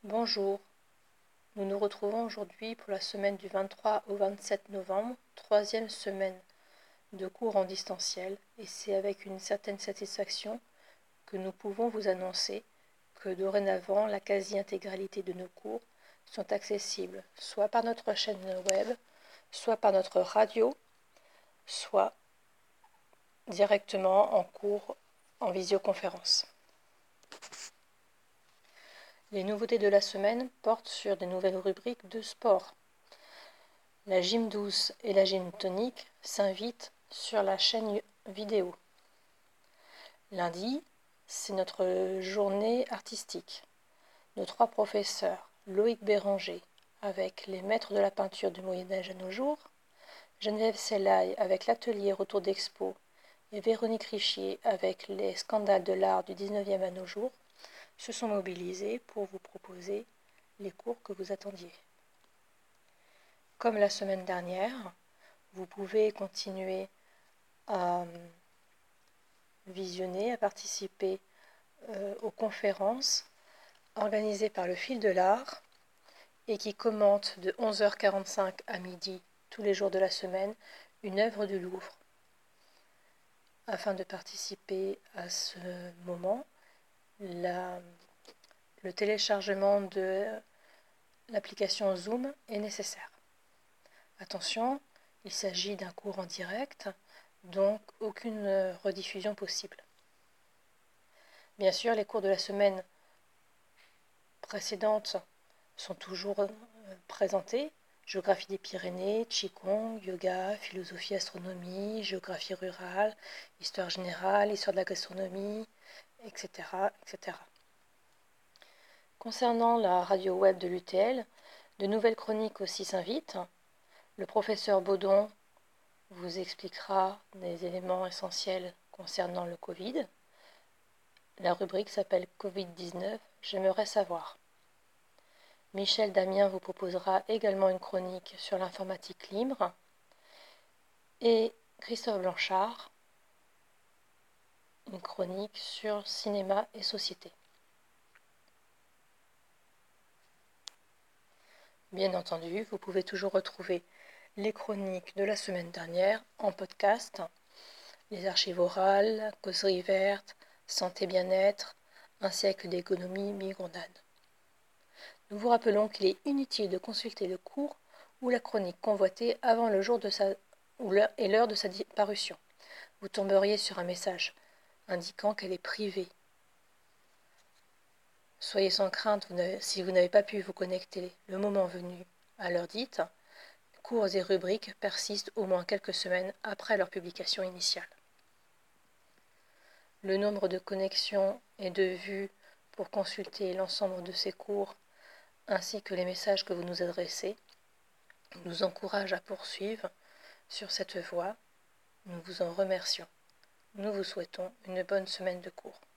Bonjour, nous nous retrouvons aujourd'hui pour la semaine du 23 au 27 novembre, troisième semaine de cours en distanciel, et c'est avec une certaine satisfaction que nous pouvons vous annoncer que dorénavant la quasi-intégralité de nos cours sont accessibles soit par notre chaîne web, soit par notre radio, soit directement en cours en visioconférence. Les nouveautés de la semaine portent sur des nouvelles rubriques de sport. La gym douce et la gym tonique s'invitent sur la chaîne vidéo. Lundi, c'est notre journée artistique. Nos trois professeurs, Loïc Béranger avec les maîtres de la peinture du Moyen-Âge à nos jours, Geneviève Sellaï avec l'atelier Retour d'Expo et Véronique Richier avec les scandales de l'art du 19e à nos jours, se sont mobilisés pour vous proposer les cours que vous attendiez. Comme la semaine dernière, vous pouvez continuer à visionner, à participer aux conférences organisées par le Fil de l'Art et qui commentent de 11h45 à midi tous les jours de la semaine une œuvre du Louvre. Afin de participer à ce moment, le téléchargement de l'application Zoom est nécessaire. Attention, il s'agit d'un cours en direct, donc aucune rediffusion possible. Bien sûr, les cours de la semaine précédente sont toujours présentés. Géographie des Pyrénées, Qigong, yoga, philosophie, astronomie, géographie rurale, histoire générale, histoire de la gastronomie, etc., etc. Concernant la radio web de l'UTL, de nouvelles chroniques aussi s'invitent. Le professeur Baudon vous expliquera des éléments essentiels concernant le Covid. La rubrique s'appelle Covid-19, j'aimerais savoir. Michel Damien vous proposera également une chronique sur l'informatique libre. Et Christophe Blanchard, une chronique sur cinéma et société. Bien entendu, vous pouvez toujours retrouver les chroniques de la semaine dernière en podcast, les archives orales, causerie verte, santé bien-être, un siècle d'économie mi-grondade. Nous vous rappelons qu'il est inutile de consulter le cours ou la chronique convoitée avant le jour et l'heure de sa parution. Vous tomberiez sur un message indiquant qu'elle est privée. Soyez sans crainte si vous n'avez pas pu vous connecter le moment venu à l'heure dite. Cours et rubriques persistent au moins quelques semaines après leur publication initiale. Le nombre de connexions et de vues pour consulter l'ensemble de ces cours ainsi que les messages que vous nous adressez nous encourage à poursuivre sur cette voie. Nous vous en remercions. Nous vous souhaitons une bonne semaine de cours.